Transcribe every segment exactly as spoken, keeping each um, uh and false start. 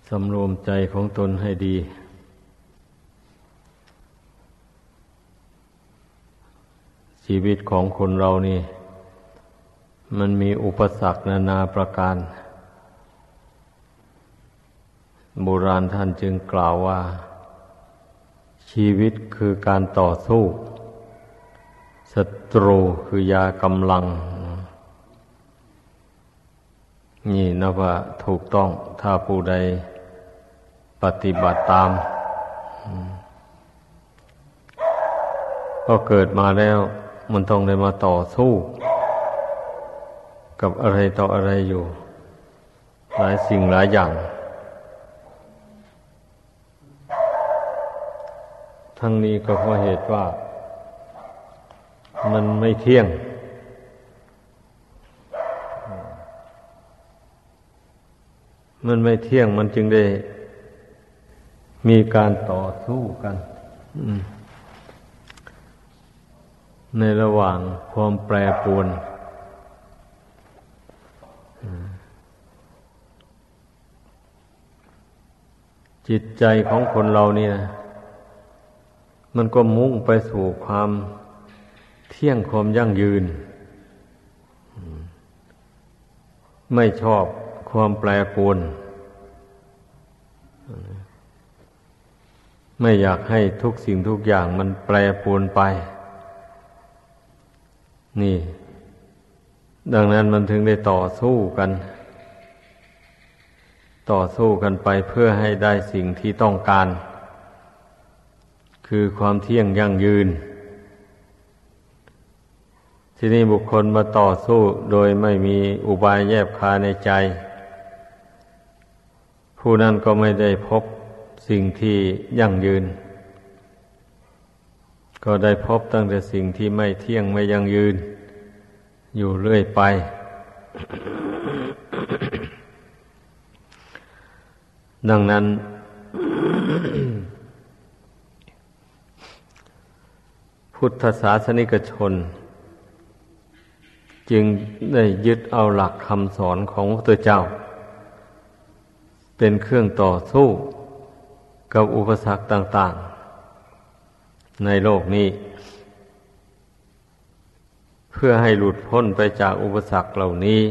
สำรวมใจของตนให้ดีชีวิตของคนเรานี่มันมีอุปสรรคนานาประการโบราณท่านจึงกล่าวว่าชีวิตคือการต่อสู้ศัตรูคือยากำลังนี่นับว่าถูกต้องถ้าผู้ใดปฏิบัติตามก็เกิดมาแล้วมันต้องได้มาต่อสู้กับอะไรต่ออะไรอยู่หลายสิ่งหลายอย่างทั้งนี้ก็เพราะเหตุว่ามันไม่เที่ยงมันไม่เที่ยงมันจึงได้มีการต่อสู้กันในระหว่างความแปรปรวนจิตใจของคนเรานี่นะมันก็มุ่งไปสู่ความเที่ยงความยั่งยืนไม่ชอบความแปรปรวนไม่อยากให้ทุกสิ่งทุกอย่างมันแปรปรวนไปนี่ดังนั้นมันถึงได้ต่อสู้กันต่อสู้กันไปเพื่อให้ได้สิ่งที่ต้องการคือความเที่ยงยั่งยืนที่นี่บุคคลมาต่อสู้โดยไม่มีอุบายแยบคายในใจผู้นั้นก็ไม่ได้พบสิ่งที่ยั่งยืนก็ได้พบตั้งแต่สิ่งที่ไม่เที่ยงไม่ยั่งยืนอยู่เรื่อยไปดังนั้น พุทธศาสนิกชนจึงได้ยึดเอาหลักคำสอนของพระพุทธเจ้าเป็นเครื่องต่อสู้กับอุปสรรคต่างๆในโลกนี้เพื่อให้หลุดพ้นไปจากอุปสรรคเหล่านี้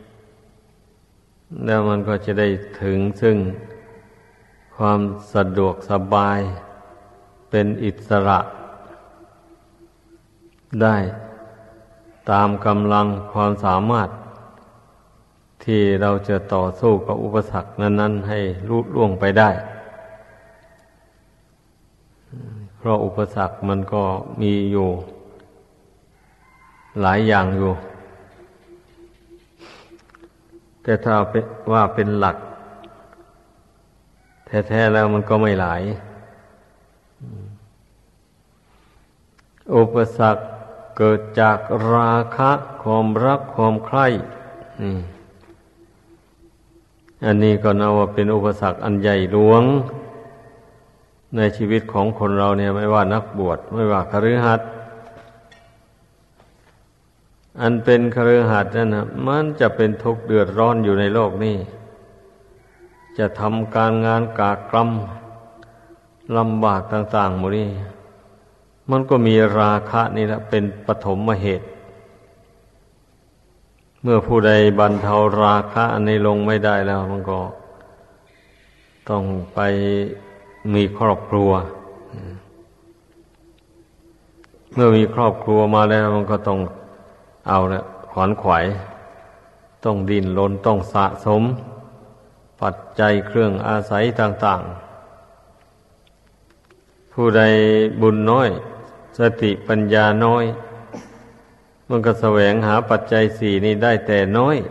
แล้วมันก็จะได้ถึงซึ่งความสะดวกสบายเป็นอิสระได้ตามกำลังความสามารถที่เราจะต่อสู้กับอุปสรรคนั้นๆให้ลุล่วงไปได้เพราะอุปสรรคมันก็มีอยู่หลายอย่างอยู่แต่ถ้าว่าเป็นหลักแท้ๆแล้วมันก็ไม่หลายอุปสรรคเกิดจากราคะความรักความใคร่นี่อันนี้ก็นับว่าเป็นอุปสรรคอันใหญ่หลวงในชีวิตของคนเราเนี่ยไม่ว่านักบวชไม่ว่าคฤหัสถ์อันเป็นคฤหัสถ์นั่นนะมันจะเป็นทุกข์เดือดร้อนอยู่ในโลกนี้จะทำการงานกากรรมลำบากต่างๆหมดนี่มันก็มีราคะนี่แหละเป็นปฐมเหตุเมื่อผู้ใดบรรเทาราคะอันนี้ลงไม่ได้แล้วมันก็ต้องไปมีครอบครัวเมื่อมีครอบครัวมาแล้วมันก็ต้องเอาละขวนขวายต้องดิ้นรนต้องสะสมปัจจัยเครื่องอาศัยต่างๆผู้ใดบุญน้อยสติปัญญาน้อยมันก็แสวงหาปัจจัยสี่นี้ได้แต่น้อย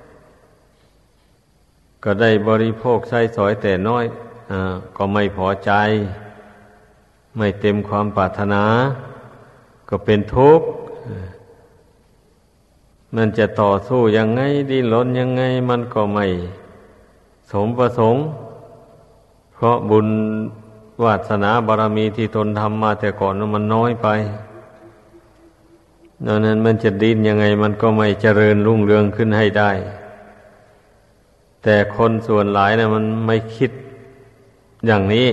ก็ได้บริโภคใช้สอยแต่น้อยอ่าก็ไม่พอใจไม่เต็มความปรารถนาก็เป็นทุกข์มันจะต่อสู้ยังไงดิ้นรนยังไงมันก็ไม่สมประสงค์เพราะบุญวาสนาบารมีที่ตนทำมาแต่ก่อนมันน้อยไปดังนั้นมันจะดิ้นยังไงมันก็ไม่เจริญรุ่งเรืองขึ้นให้ได้แต่คนส่วนหลายเนี่ยมันไม่คิดอย่างนี้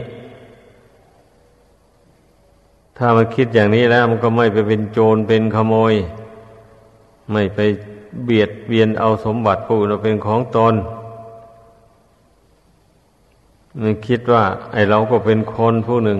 ถ้ามันคิดอย่างนี้แล้วมันก็ไม่ไปเป็นโจรเป็นขโมยไม่ไปเบียดเบียนเอาสมบัติผู้อื่นเป็นของตนมันคิดว่าไอ้เราก็เป็นคนผู้หนึ่ง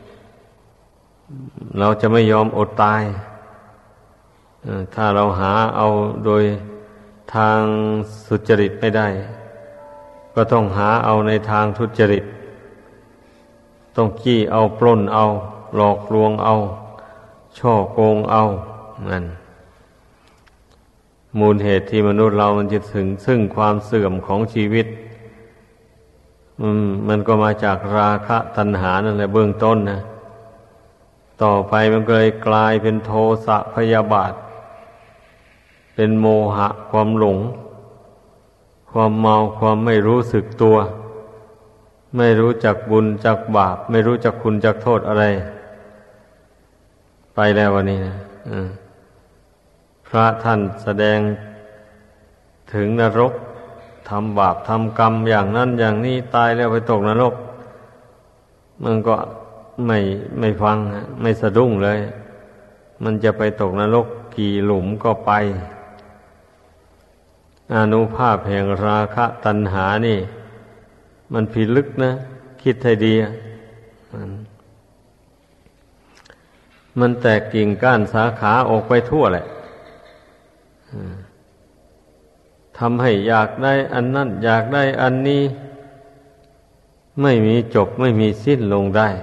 เราจะไม่ยอมอดตายถ้าเราหาเอาโดยทางสุจริตไม่ได้ก็ต้องหาเอาในทางทุจริตต้องจี้เอาปล้นเอาหลอกลวงเอาช่อโกงเอานั่นมูลเหตุที่มนุษย์เรามันจะถึงซึ่งความเสื่อมของชีวิตอืมมันก็มาจากราคะตัณหานั่นแหละเบื้องต้นนะต่อไปมันก็เลยกลายเป็นโทสะพยาบาทเป็นโมหะความหลงความเมาความไม่รู้สึกตัวไม่รู้จักบุญจักบาปไม่รู้จักคุณจักโทษอะไรไปแล้ววันนี้นะพระท่านแสดงถึงนรกทำบาปทำกรรมอย่างนั้นอย่างนี้ตายแล้วไปตกนรกมันก็ไม่ไม่ฟังไม่สะดุ้งเลยมันจะไปตกนรกกี่หลุมก็ไปอานุภาพแห่งราคะตัณหานี่มันพิลึกนะคิดให้ดีมันมันแตกกิ่งก้านสาขาออกไปทั่วแหละทำให้อยากได้อันนั้นอยากได้อันนี้ไม่มีจบไม่มีสิ้นลงได้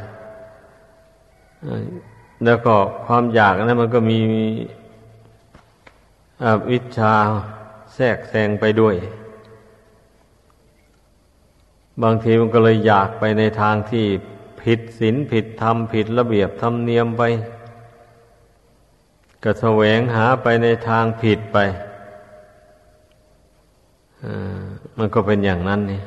แล้วก็ความอยากนั้นมันก็มีอวิชชาแทรกแซงไปด้วยบางทีมันก็เลยอยากไปในทางที่ผิดศีลผิดธรรมผิดระเบียบธรรมเนียมไปก็แสวงหาไปในทางผิดไปมันก็เป็นอย่างนั้นนี่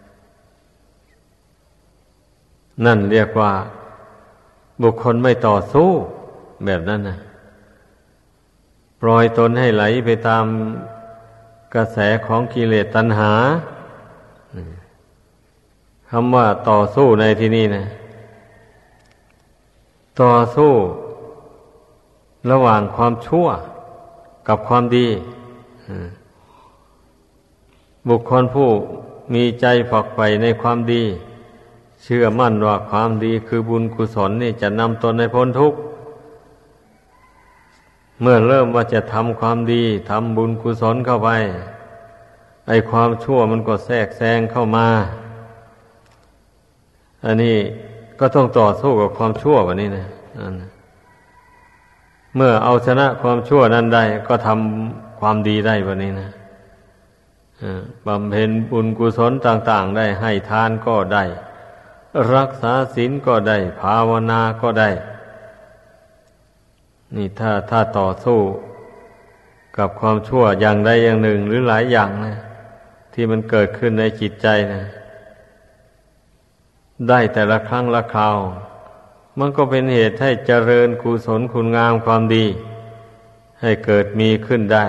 นั่นเรียกว่าบุคคลไม่ต่อสู้แบบนั้นนะปล่อยตนให้ไหลไปตามกระแสของกิเลสตัณหาคำว่าต่อสู้ในที่นี้นะต่อสู้ระหว่างความชั่วกับความดีบุคคลผู้มีใจฝักใฝ่ในความดีเชื่อมั่นว่าความดีคือบุญกุศลนี่จะนำตนให้พ้นทุกข์เมื่อเริ่มว่าจะทำความดีทำบุญกุศลเข้าไปไอ้ความชั่วมันก็แทรกแซงเข้ามาอันนี้ก็ต้องต่อสู้กับความชั่วแบบนี้นะเมื่อเอาชนะความชั่วนั้นได้ก็ทำความดีได้แบบนี้นะบำเพ็ญบุญกุศลต่างๆได้ให้ทานก็ได้รักษาศีลก็ได้ภาวนาก็ได้นี่ถ้าถ้าต่อสู้กับความชั่วอย่างใดอย่างหนึ่งหรือหลายอย่างนะที่มันเกิดขึ้นในจิตใจนะได้แต่ละครั้งละคราวมันก็เป็นเหตุให้เจริญกุศลคุณงามความดีให้เกิดมีขึ้นได้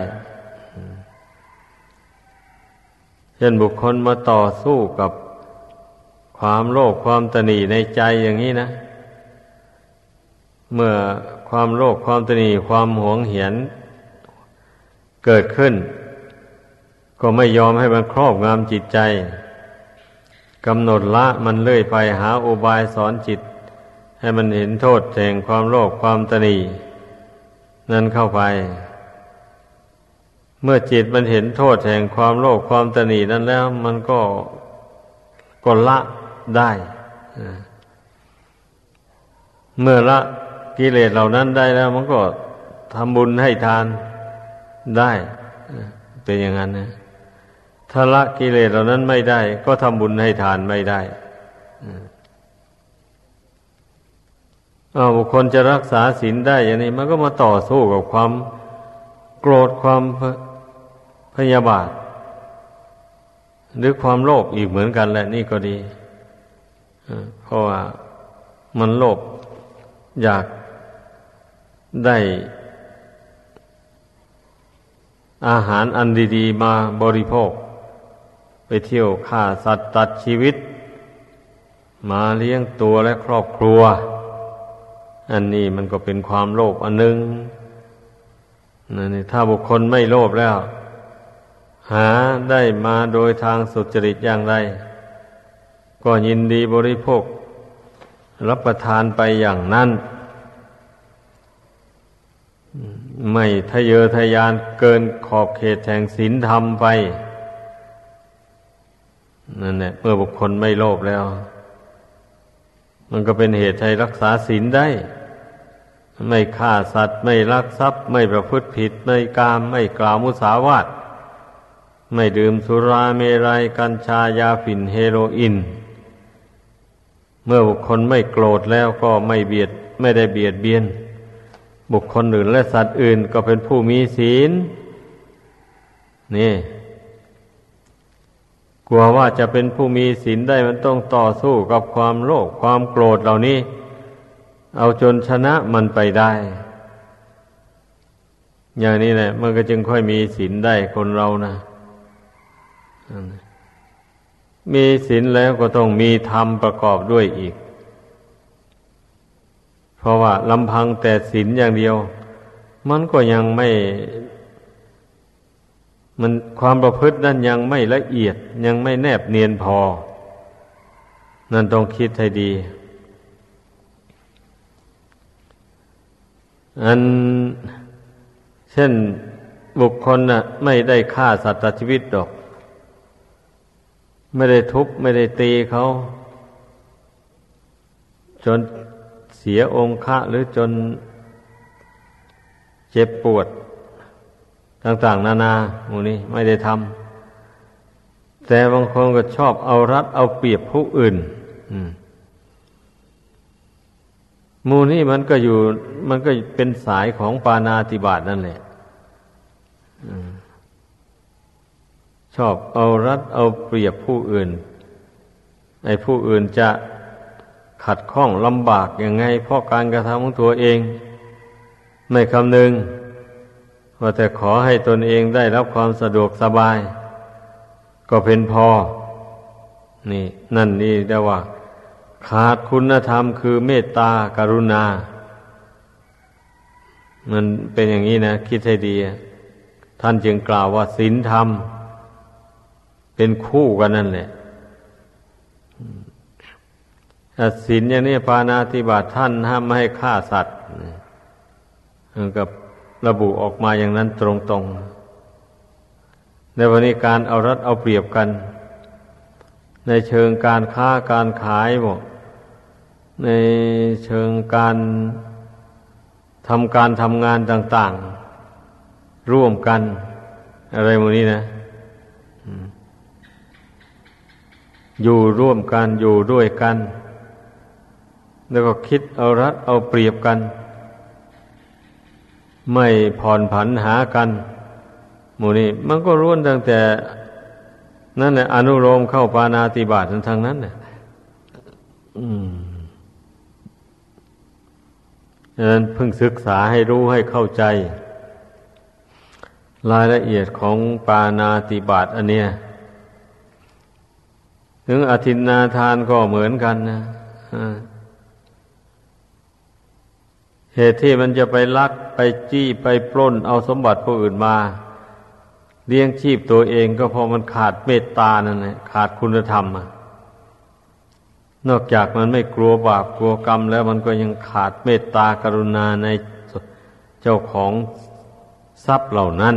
เช่นบุคคลมาต่อสู้กับความโลภความตณีในใจอย่างนี้นะเมื่อความโลภความตณีความหวงเหียนเกิดขึ้นก็ไม่ยอมให้มันครอบงำจิตใจกำหนดละมันเลื่อยไปหาอุบายสอนจิตให้มันเห็นโทษแห่งความโลภความตณีนั้นเข้าไปเมื่อจิตมันเห็นโทษแห่งความโลภความตณีนั้นแล้วมันก็ก็ละได้เมื่อละกิเลสเหล่านั้นได้แล้วมันก็ทำบุญให้ทานได้เป็นอย่างนั้นนะถ้าละกิเลสเหล่านั้นไม่ได้ก็ทำบุญให้ทานไม่ได้อ้าวบุคคลจะรักษาศีลได้อย่างนี้มันก็มาต่อสู้กับความโกรธความพยาบาทหรือความโลภอีกเหมือนกันแหละนี่ก็ดีเพราะว่ามันโลภอยากได้อาหารอันดีๆมาบริโภคไปเที่ยวฆ่าสัตว์ตัดชีวิตมาเลี้ยงตัวและครอบครัวอันนี้มันก็เป็นความโลภอันหนึ่งนั่นนี่ถ้าบุคคลไม่โลภแล้วหาได้มาโดยทางสุจริตอย่างไรก็ยินดีบริโภครับประทานไปอย่างนั้นไม่ทะเยอทะยานเกินขอบเขตแห่งศีลธรรมไปนั่นแหละเมื่อบุคคลไม่โลภแล้วมันก็เป็นเหตุให้รักษาศีลได้ไม่ฆ่าสัตว์ไม่ลักทรัพย์ไม่ประพฤติผิดในกามไม่กล่าวมุสาวาทไม่ดื่มสุราเมรัยกัญชายาฝิ่นเฮโรอีนเมื่อบุคคลไม่โกรธแล้วก็ไม่เบียดไม่ได้เบียดเบียนบุคคลอื่นและสัตว์อื่นก็เป็นผู้มีศีลนี่กลัวว่าจะเป็นผู้มีศีลได้มันต้องต่อสู้กับความโลภความโกรธเหล่านี้เอาจนชนะมันไปได้อย่างนี้แหละมันก็จึงค่อยมีศีลได้คนเรานะมีศีลแล้วก็ต้องมีธรรมประกอบด้วยอีกเพราะว่าลำพังแต่ศีลอย่างเดียวมันก็ยังไม่มันความประพฤตินั้นยังไม่ละเอียดยังไม่แนบเนียนพอนั่นต้องคิดให้ดีอันเช่นบุคคลน่ะไม่ได้ฆ่าสัตว์ตัดชีวิตดอกไม่ได้ทุบไม่ได้ตีเขาจนเสียองค์หรือจนเจ็บปวดต่างๆนานาหมู่นี้ไม่ได้ทำแต่บางคนก็ชอบเอารัดเอาเปรียบผู้อื่นหมู่นี้มันก็อยู่มันก็เป็นสายของปาณาติบาตนั่นแหละชอบเอารัดเอาเปรียบผู้อื่นไอ้ผู้อื่นจะขัดข้องลำบากยังไงเพราะการกระทำของตัวเองไม่คำนึงว่าแต่ขอให้ตนเองได้รับความสะดวกสบายก็เป็นพอนี่นั่นนี่เรียกว่าขาดคุณธรรมคือเมตตากรุณามันเป็นอย่างนี้นะคิดให้ดีท่านจึงกล่าวว่าศีลธรรมเป็นคู่กันนั่นแหละศีลอย่างนี้ปาณาติบาตท่านห้ามไม่ให้ฆ่าสัตว์กับระบุออกมาอย่างนั้นตรงๆในวันนี้การเอารัดเอาเปรียบกันในเชิงการค้าการขายบอกในเชิงการทำการทำงานต่างๆร่วมกันอะไรพวกนี้นะอยู่ร่วมกันอยู่ด้วยกันแล้วก็คิดเอารัดเอาเปรียบกันไม่ผ่อนผันหากันหมู่นี้มันก็ล้วนตั้งแต่นั่นแหละอนุโลมเข้าปาณาติบาตทั้งนั้นน่ะอืมฉะนั้นเพิ่งศึกษาให้รู้ให้เข้าใจรายละเอียดของปาณาติบาตอันเนี้ยถึงอทินนาทานก็เหมือนกันนะเหตุที่มันจะไปลักไปจี้ไปปล้นเอาสมบัติผู้อื่นมาเลี้ยงชีพตัวเองก็เพราะมันขาดเมตตานั่นแหละขาดคุณธรรมนอกจากมันไม่กลัวบาปกลัวกรรมแล้วมันก็ยังขาดเมตตากรุณาในเจ้าของทรัพย์เหล่านั้น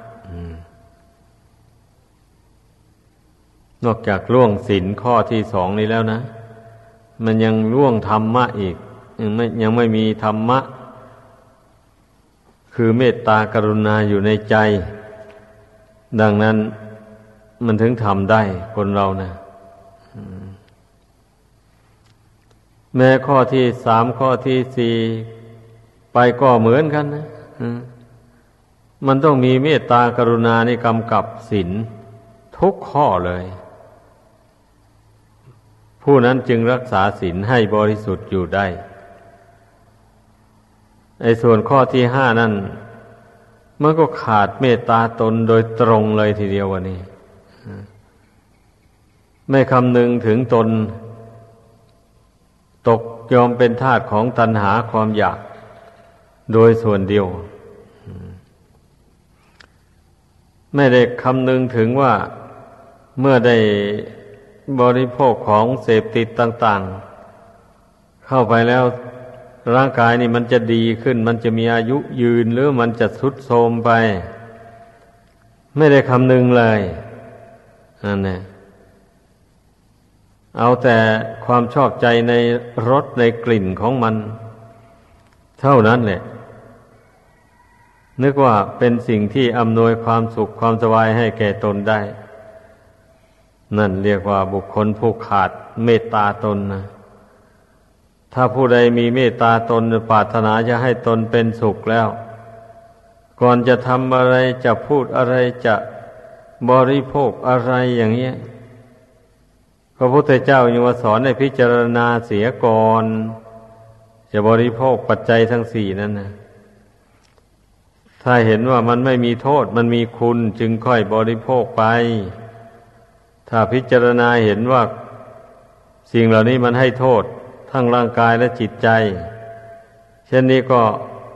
นอกจากล่วงศีลข้อที่สองนี้แล้วนะมันยังล่วงธรรมะอีกยังไม่ยังไม่มีธรรมะคือเมตตากรุณาอยู่ในใจดังนั้นมันถึงทำได้คนเรานะแม้ข้อที่สามข้อที่สี่ไปก็เหมือนกันนะมันต้องมีเมตตากรุณาในกำกับศีลทุกข้อเลยผู้นั้นจึงรักษาศีลให้บริสุทธิ์อยู่ได้ไอ้ส่วนข้อที่ห้านั่นมันก็ขาดเมตตาตนโดยตรงเลยทีเดียววันนี้ไม่คำนึงถึงตนตกยอมเป็นทาสของตัณหาความอยากโดยส่วนเดียวไม่ได้คำนึงถึงว่าเมื่อได้บริโภคของเสพติดต่างๆเข้าไปแล้วร่างกายนี่มันจะดีขึ้นมันจะมีอายุยืนหรือมันจะทรุดโทรมไปไม่ได้คำนึงเลยนั่นแหละเอาแต่ความชอบใจในรสในกลิ่นของมันเท่านั้นแหละนึกว่าเป็นสิ่งที่อำนวยความสุขความสบายให้แก่ตนได้นั่นเรียกว่าบุคคลผู้ขาดเมตตาตนนะถ้าผู้ใดมีเมตตาตนปรารถนาจะให้ตนเป็นสุขแล้วก่อนจะทำอะไรจะพูดอะไรจะบริโภคอะไรอย่างเงี้ยพระพุทธเจ้ายังว่าสอนให้พิจารณาเสียก่อนจะบริโภคปัจจัยทั้งสี่นั้นนะถ้าเห็นว่ามันไม่มีโทษมันมีคุณจึงค่อยบริโภคไปถ้าพิจารณาเห็นว่าสิ่งเหล่านี้มันให้โทษทั้งร่างกายและจิตใจเช่นนี้ก็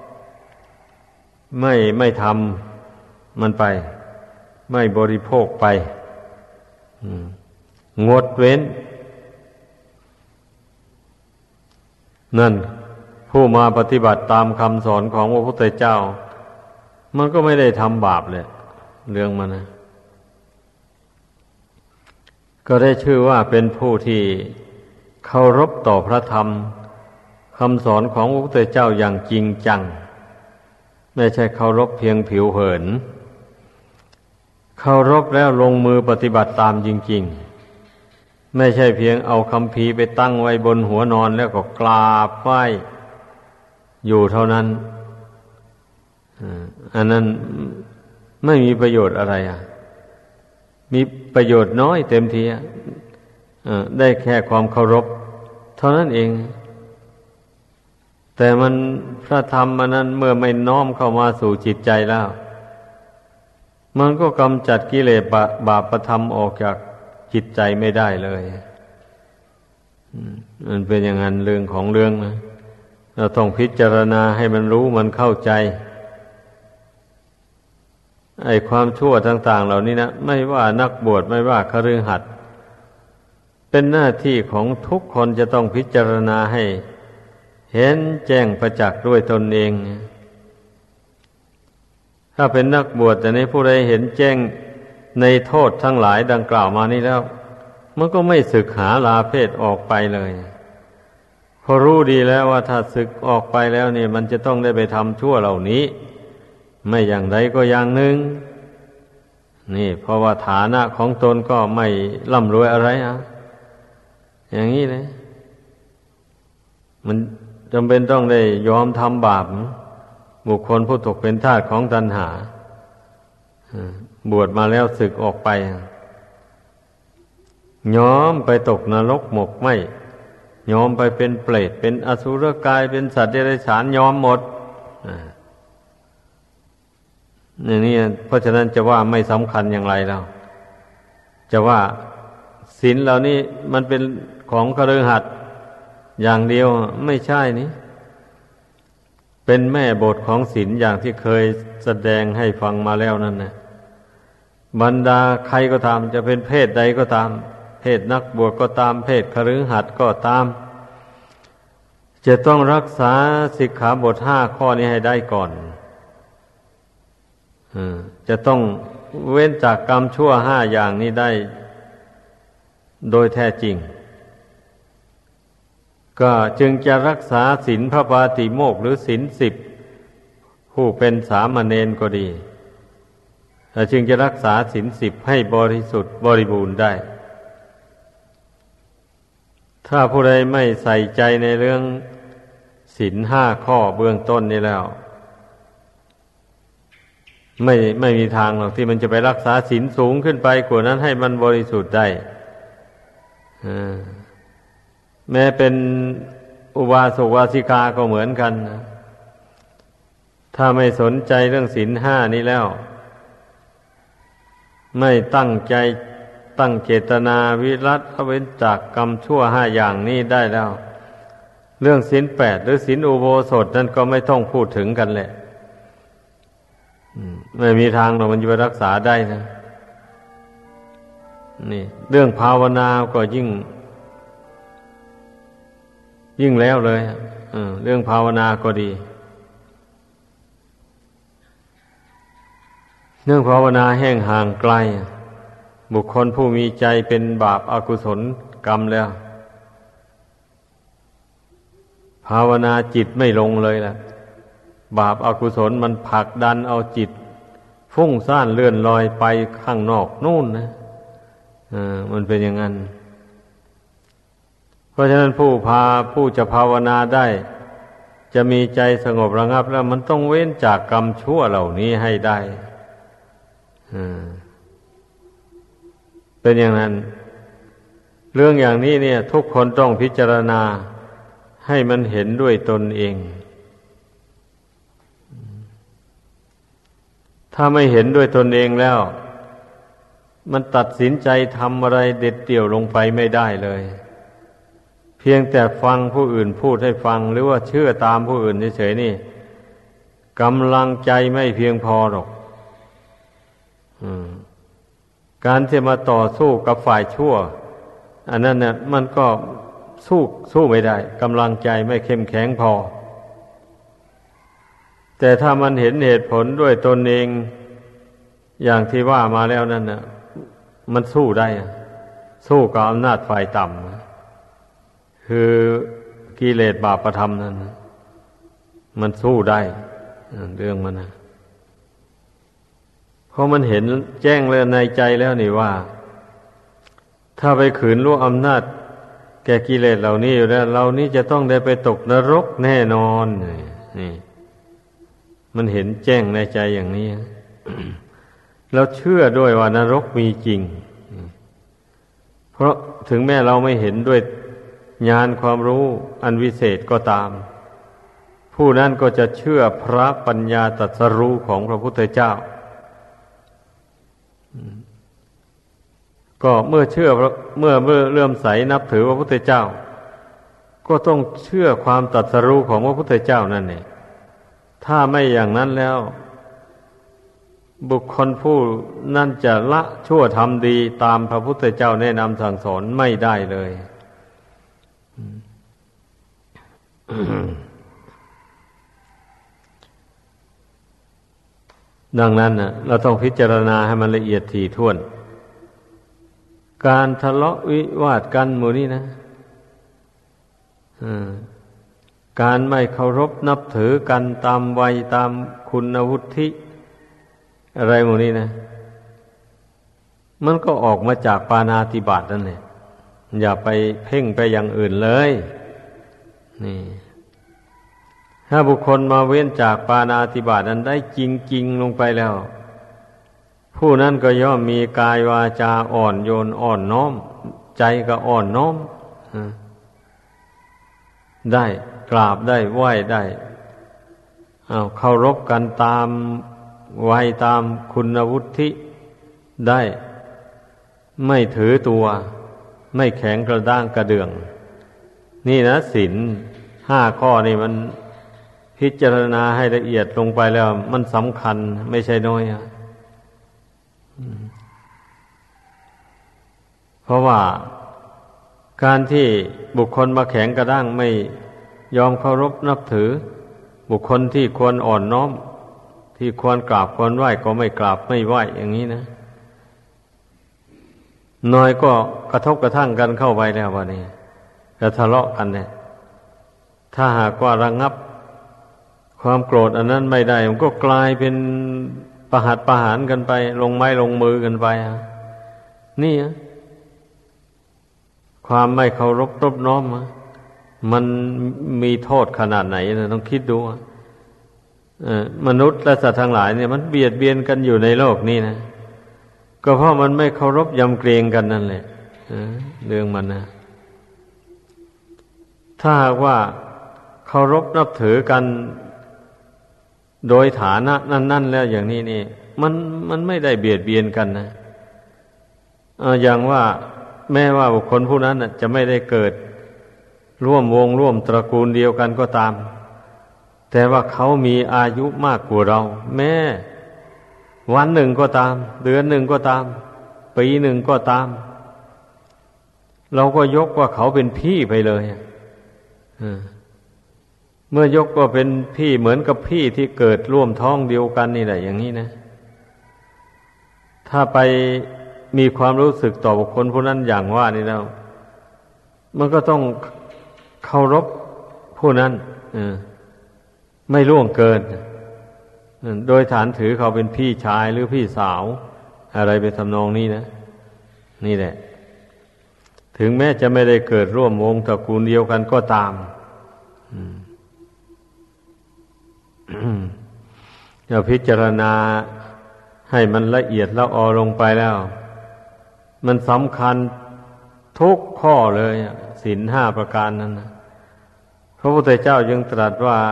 ไม่ไม่ทำมันไปไม่บริโภคไปงดเว้นนั่นผู้มาปฏิบัติตามคำสอนของพระพุทธเจ้ามันก็ไม่ได้ทำบาปเลยเรื่องมันนะก็ได้ชื่อว่าเป็นผู้ที่เคารพต่อพระธรรมคำสอนของพระพุทธเจ้าอย่างจริงจังไม่ใช่เคารพเพียงผิวเผินเคารพแล้วลงมือปฏิบัติตามจริงๆไม่ใช่เพียงเอาคัมภีร์ไปตั้งไว้บนหัวนอนแล้วก็กราบไหว้อยู่เท่านั้นอันนั้นไม่มีประโยชน์อะไรอ่ะมีประโยชน์น้อยเต็มทีอ่ะได้แค่ความเคารพเท่านั้นเองแต่มันพระธรรมมันนั้นเมื่อไม่น้อมเข้ามาสู่จิตใจแล้วมันก็กำจัดกิเลสบาปธรรมออกจากจิตใจไม่ได้เลยมันเป็นอย่างนั้นเรื่องของเรื่องนะเราต้องพิจารณาให้มันรู้มันเข้าใจไอ้ความชั่วต่างๆเหล่านี้นะไม่ว่านักบวชไม่ว่าคฤหัสถ์เป็นหน้าที่ของทุกคนจะต้องพิจารณาให้เห็นแจ้งประจักษ์ด้วยตนเองถ้าเป็นนักบวชแต่ในผู้ใดเห็นแจ้งในโทษทั้งหลายดังกล่าวมานี้แล้วมันก็ไม่สึกหาลาเพศออกไปเลยเพราะรู้ดีแล้วว่าถ้าสึกออกไปแล้วเนี่ยมันจะต้องได้ไปทำชั่วเหล่านี้ไม่อย่างใดก็อย่างหนึ่งนี่เพราะว่าฐานะของตนก็ไม่ร่ำรวยอะไรอ่ะอย่างนี้เลยมันจำเป็นต้องได้ยอมทำบาปบุคคลผู้ตกเป็นทาสของตัณหาบวชมาแล้วสึกออกไปยอมไปตกนรกหมกไหมยอมไปเป็นเปรตเป็นอสุรกายเป็นสัตว์เดรัจฉานยอมหมดอย่างนี้เพราะฉะนั้นจะว่าไม่สำคัญอย่างไรแล้วจะว่าศีลเหล่านี้มันเป็นของคฤหัสถ์อย่างเดียวไม่ใช่นี่เป็นแม่บทของศีลอย่างที่เคยแสดงให้ฟังมาแล้วนั่นนะบรรดาใครก็ตามจะเป็นเพศใดก็ตามเพศนักบวชก็ตามเพศคฤหัสถ์ก็ตามจะต้องรักษาสิกขาบทห้าข้อนี้ให้ได้ก่อนจะต้องเว้นจากกรรมชั่วห้าอย่างนี้ได้โดยแท้จริงก็จึงจะรักษาศีลพระปาติโมกข์หรือศีลสิบผู้เป็นสามเณรก็ดีแต่จึงจะรักษาศีลสิบให้บริสุทธิ์บริบูรณ์ได้ถ้าผู้ใดไม่ใส่ใจในเรื่องศีลห้าข้อเบื้องต้นนี้แล้วไม่ไม่มีทางหรอกที่มันจะไปรักษาศีลสูงขึ้นไปกว่านั้นให้มันบริสุทธิ์ได้แม้เป็นอุบาสกอุบาสิกาก็เหมือนกันนะถ้าไม่สนใจเรื่องศีลห้านี้แล้วไม่ตั้งใจตั้งเจตนาวิรัติเว้นจากกรรมชั่วห้าอย่างนี้ได้แล้วเรื่องศีลแปดหรือศีลอุโบสถนั่นก็ไม่ต้องพูดถึงกันแหละไม่มีทางหรอกมันจะไปรักษาได้นะนี่เรื่องภาวนาก็ยิ่งยิ่งแล้วเลยเรื่องภาวนาก็ดีเรื่องภาวนาแห้งห่างไกลบุคคลผู้มีใจเป็นบาปอกุศลกรรมแล้วภาวนาจิตไม่ลงเลยล่ะบาปอกุศลมันผลักดันเอาจิตฟุ้งซ่านเลื่อนลอยไปข้างนอกนู่นนะอ่ามันเป็นอย่างนั้นเพราะฉะนั้นผู้พาผู้จะภาวนาได้จะมีใจสงบระงับแล้วมันต้องเว้นจากกรรมชั่วเหล่านี้ให้ได้อ่าเป็นอย่างนั้นเรื่องอย่างนี้เนี่ยทุกคนต้องพิจารณาให้มันเห็นด้วยตนเองถ้าไม่เห็นด้วยตนเองแล้วมันตัดสินใจทำอะไรเด็ดเดี่ยวลงไปไม่ได้เลยเพียงแต่ฟังผู้อื่นพูดให้ฟังหรือว่าเชื่อตามผู้อื่นเฉยๆนี่กำลังใจไม่เพียงพอหรอกการที่มาต่อสู้กับฝ่ายชั่วอันนั้นเนี่ยมันก็สู้สู้ไม่ได้กำลังใจไม่เข้มแข็งพอแต่ถ้ามันเห็นเหตุผลด้วยตนเองอย่างที่ว่ามาแล้วนั่นน่ะมันสู้ได้สู้กับอำนาจฝ่ายต่ำคือกิเลสบาปธรรมนั่นมันสู้ได้เรื่องมันนะเพราะมันเห็นแจ้งเลยในใจแล้วนี่ว่าถ้าไปขืนรู้อำนาจแก่กิเลสเหล่านี้อยู่แล้วเรานี่จะต้องได้ไปตกนรกแน่นอนนี่มันเห็นแจ้งในใจอย่างนี้ แล้วเชื่อด้วยว่านรกมีจริงเพราะถึงแม้เราไม่เห็นด้วยญาณความรู้อันวิเศษก็ตามผู้นั้นก็จะเชื่อพระปัญญาตรัสรู้ของพระพุทธเจ้าก็เมื่อเชื่อเมื่อเมื่อเลื่อมใสนับถือพระพุทธเจ้าก็ต้องเชื่อความตรัสรู้ของพระพุทธเจ้านั่นเองถ้าไม่อย่างนั้นแล้วบุคคลผู้นั่นจะละชั่วทำดีตามพระพุทธเจ้าแนะนำสั่งสอนไม่ได้เลย ดังนั้นนะเราต้องพิจารณาให้มันละเอียดถี่ถ้วนการทะเลาะวิวาทกันหมู่นี้นะการไม่เคารพนับถือกันตามวัยตามคุณวุฒิอะไรหมู่นี้นะมันก็ออกมาจากปาณาติบาตนั่นแหละอย่าไปเพ่งไปอย่างอื่นเลยนี่ถ้าบุคคลมาเว้นจากปาณาติบาตนั้นได้จริงๆลงไปแล้วผู้นั้นก็ย่อมมีกายวาจาอ่อนโยนอ่อนน้อมใจก็อ่อนน้อมได้กราบได้ไหว้ได้เอาเคารพกันตามวัยตามคุณวุฒิได้ไม่ถือตัวไม่แข็งกระด้างกระเดื่องนี่นะศีลห้าข้อนี่มันพิจารณาให้ละเอียดลงไปแล้วมันสำคัญไม่ใช่น้อยอะเพราะว่าการที่บุคคลมาแข็งกระด้างไม่ยอมเคารพนับถือบุคคลที่ควรอ่อนน้อมที่ควรกราบควรไหว้ก็ไม่กราบไม่ไหว้อย่างนี้นะน้อยก็กระทบกระทั่งกันเข้าไปแล้ววันนี้จะทะเลาะกันเนี่ยถ้าหากว่าระงับความโกรธอันนั้นไม่ได้มันก็กลายเป็นประหัตประหารกันไปลงไม้ลงมือกันไปนี่ความไม่เคารพนอบน้อมมันมีโทษขนาดไหนนะต้องคิดดูมนุษย์และสัตว์ทั้งหลายเนี่ยมันเบียดเบียนกันอยู่ในโลกนี้นะก็เพราะมันไม่เคารพยำเกรงกันนั่นแหละเรื่องมันนะถ้าหากว่าเคารพนับถือกันโดยฐานะนั่นๆแล้วอย่างนี้นี่มันมันไม่ได้เบียดเบียนกันนะเอ่ออย่างว่าแม้ว่าบุคคลผู้นั้นน่ะจะไม่ได้เกิดร่วมวงร่วมตระกูลเดียวกันก็ตามแต่ว่าเขามีอายุมากกว่าเราแม้วันหนึ่งก็ตามเดือนหนึ่งก็ตามปีหนึ่งก็ตามเราก็ยกว่าเขาเป็นพี่ไปเลยเมื่อยกว่าเป็นพี่เหมือนกับพี่ที่เกิดร่วมท้องเดียวกันนี่แหละอย่างนี้นะถ้าไปมีความรู้สึกต่อบุคคลผู้นั้นอย่างว่านี่แล้วมันก็ต้องเคารพผู้นั้นไม่ล่วงเกินโดยฐานถือเขาเป็นพี่ชายหรือพี่สาวอะไรไปทำนองนี้นะนี่แหละถึงแม้จะไม่ได้เกิดร่วมวงตระกูลเดียวกันก็ตามเราพิจารณาให้มันละเอียดละออลงไปแล้วมันสำคัญทุกข้อเลยศีลห้าประการนั้นนะพระพุทธเจ้ายังตรัสว่า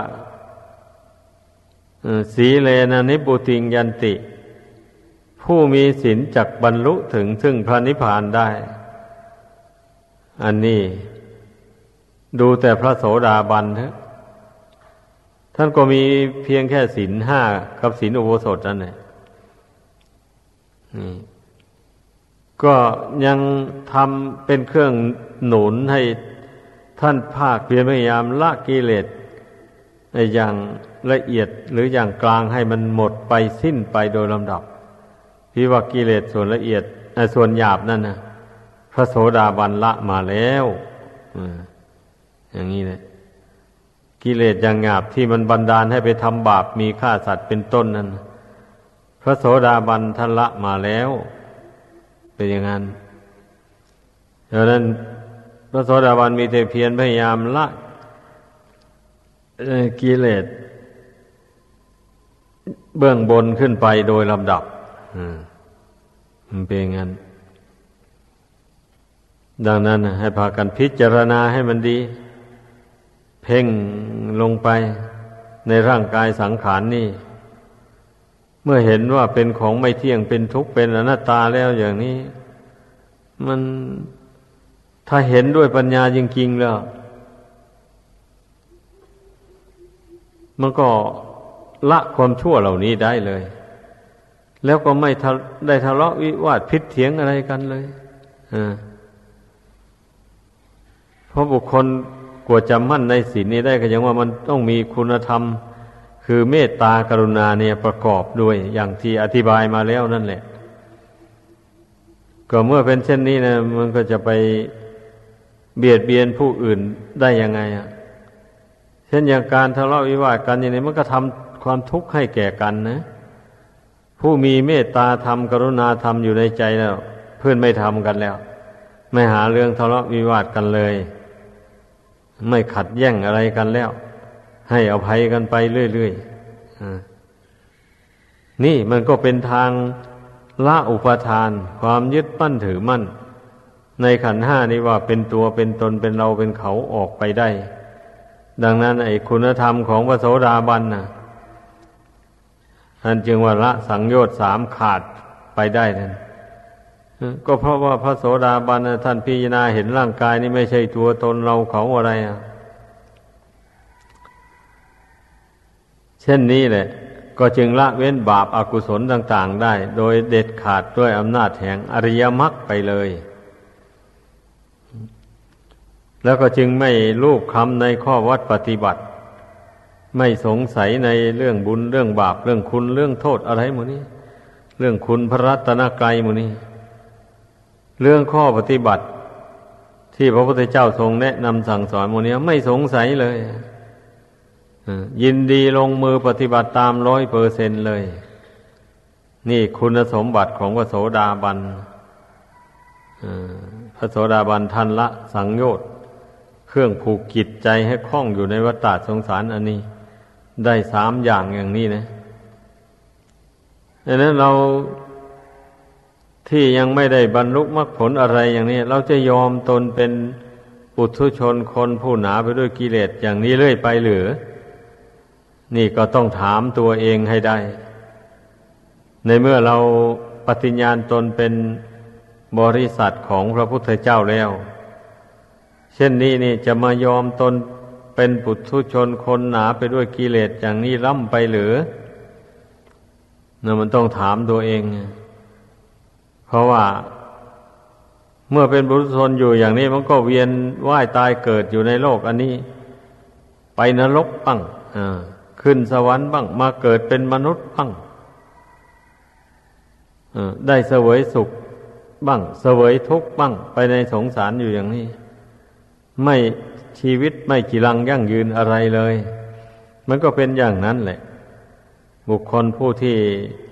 สีเลนะนิพพุติงยันติผู้มีศีลจักบรรลุถึงซึ่งพระนิพพานได้อันนี้ดูแต่พระโสดาบันเถอะท่านก็มีเพียงแค่ศีลห้ากับศีลอุโบสถนั่นแหละนี่ก็ยังทำเป็นเครื่องหนุนให้ท่านภาคเพียรพยายามละกิเลสอย่างละเอียดหรืออย่างกลางให้มันหมดไปสิ้นไปโดยลำดับที่ว่ากิเลสส่วนละเอียดส่วนหยาบนั่นนะพระโสดาบันละมาแล้วอย่างนี้เลยกิเลสอย่างหยาบที่มันบันดาลให้ไปทำบาปมีฆ่าสัตว์เป็นต้นนั้นพระโสดาบันท่านละมาแล้วเป็นอย่างนั้นดังนั้นพระโสดาบันมีแต่เพียรพยายามละกิเลสเบื้องบนขึ้นไปโดยลำดับมันเป็นอย่างนั้นดังนั้นให้พากันพิจารณาให้มันดีเพ่งลงไปในร่างกายสังขารนี่เมื่อเห็นว่าเป็นของไม่เที่ยงเป็นทุกข์เป็นอนัตตาแล้วอย่างนี้มันถ้าเห็นด้วยปัญญาจริงๆแล้วมันก็ละความชั่วเหล่านี้ได้เลยแล้วก็ไม่ได้ทะเลาะวิวาทพิษเถียงอะไรกันเลยอ่าเพราะบุคคลกว่าจะมั่นในศีลนี้ได้ก็ยังว่ามันต้องมีคุณธรรมคือเมตตากรุณาเนี่ยประกอบด้วยอย่างที่อธิบายมาแล้วนั่นแหละก็เมื่อเป็นเช่นนี้นะมันก็จะไปเบียดเบียนผู้อื่นได้ยังไงอ่ะเช่นอย่างการทะเลาะวิวาทกันอย่างนี้มันก็ทำความทุกข์ให้แก่กันนะผู้มีเมตตาธรรมกรุณาธรรมอยู่ในใจแล้วเพื่อนไม่ทำกันแล้วไม่หาเรื่องทะเลาะวิวาทกันเลยไม่ขัดแย้งอะไรกันแล้วให้อภัยกันไปเรื่อยๆนี่มันก็เป็นทางละอุปทานความยึดมั่นถือมั่นในขันธ์ห้านี้ว่าเป็นตัวเป็นตนเป็นเราเป็นเขาออกไปได้ดังนั้นไอ้คุณธรรมของพระโสดาบันน่ะท่านจึงว่าละสังโยชน์สามขาดไปได้นั่นก็เพราะว่าพระโสดาบันท่านพิจารณาเห็นร่างกายนี้ไม่ใช่ตัวตนเราเขาอะไรอ่ะเช่นนี้แหละก็จึงละเว้นบาปอกุศลต่างๆได้โดยเด็ดขาดด้วยอำนาจแห่งอริยมรรคไปเลยแล้วก็จึงไม่ลูบคลำในข้อวัดปฏิบัติไม่สงสัยในเรื่องบุญเรื่องบาปเรื่องคุณเรื่องโทษอะไรหมดนี้เรื่องคุณพระรัตนกรัยหมดนี้เรื่องข้อปฏิบัติที่พระพุทธเจ้าทรงแนะนำสั่งสอนหมดนี้ไม่สงสัยเลยยินดีลงมือปฏิบัติตามร้อยเปอร์เซนต์เลยนี่คุณสมบัติของพระโสดาบันพระโสดาบันท่านละสังโยชน์เครื่องผูกจิตใจให้คล้องอยู่ในวัฏฏะสงสารอันนี้ได้สามอย่างอย่างนี้นะดังนั้นเราที่ยังไม่ได้บรรลุมรรคผลอะไรอย่างนี้เราจะยอมตนเป็นปุถุชนคนผู้หนาไปด้วยกิเลสอย่างนี้เรื่อยไปหรือนี่ก็ต้องถามตัวเองให้ได้ในเมื่อเราปฏิญญาณตนเป็นบริษัทของพระพุทธเจ้าแล้วเช่นนี้นี่จะมายอมตนเป็นปุถุชนคนหนาไปด้วยกิเลสอย่างนี้ล่ำไปหรือเนี่ยมันต้องถามตัวเองเพราะว่าเมื่อเป็นบุรุษชนอยู่อย่างนี้มันก็เวียนว่ายตายเกิดอยู่ในโลกอันนี้ไปนรกบ้างขึ้นสวรรค์บ้างมาเกิดเป็นมนุษย์บ้างได้เสวยสุขบ้างเสวยทุกข์บ้างไปในสงสารอยู่อย่างนี้ไม่ชีวิตไม่กีรังยั่งยืนอะไรเลยมันก็เป็นอย่างนั้นแหละบุคคลผู้ที่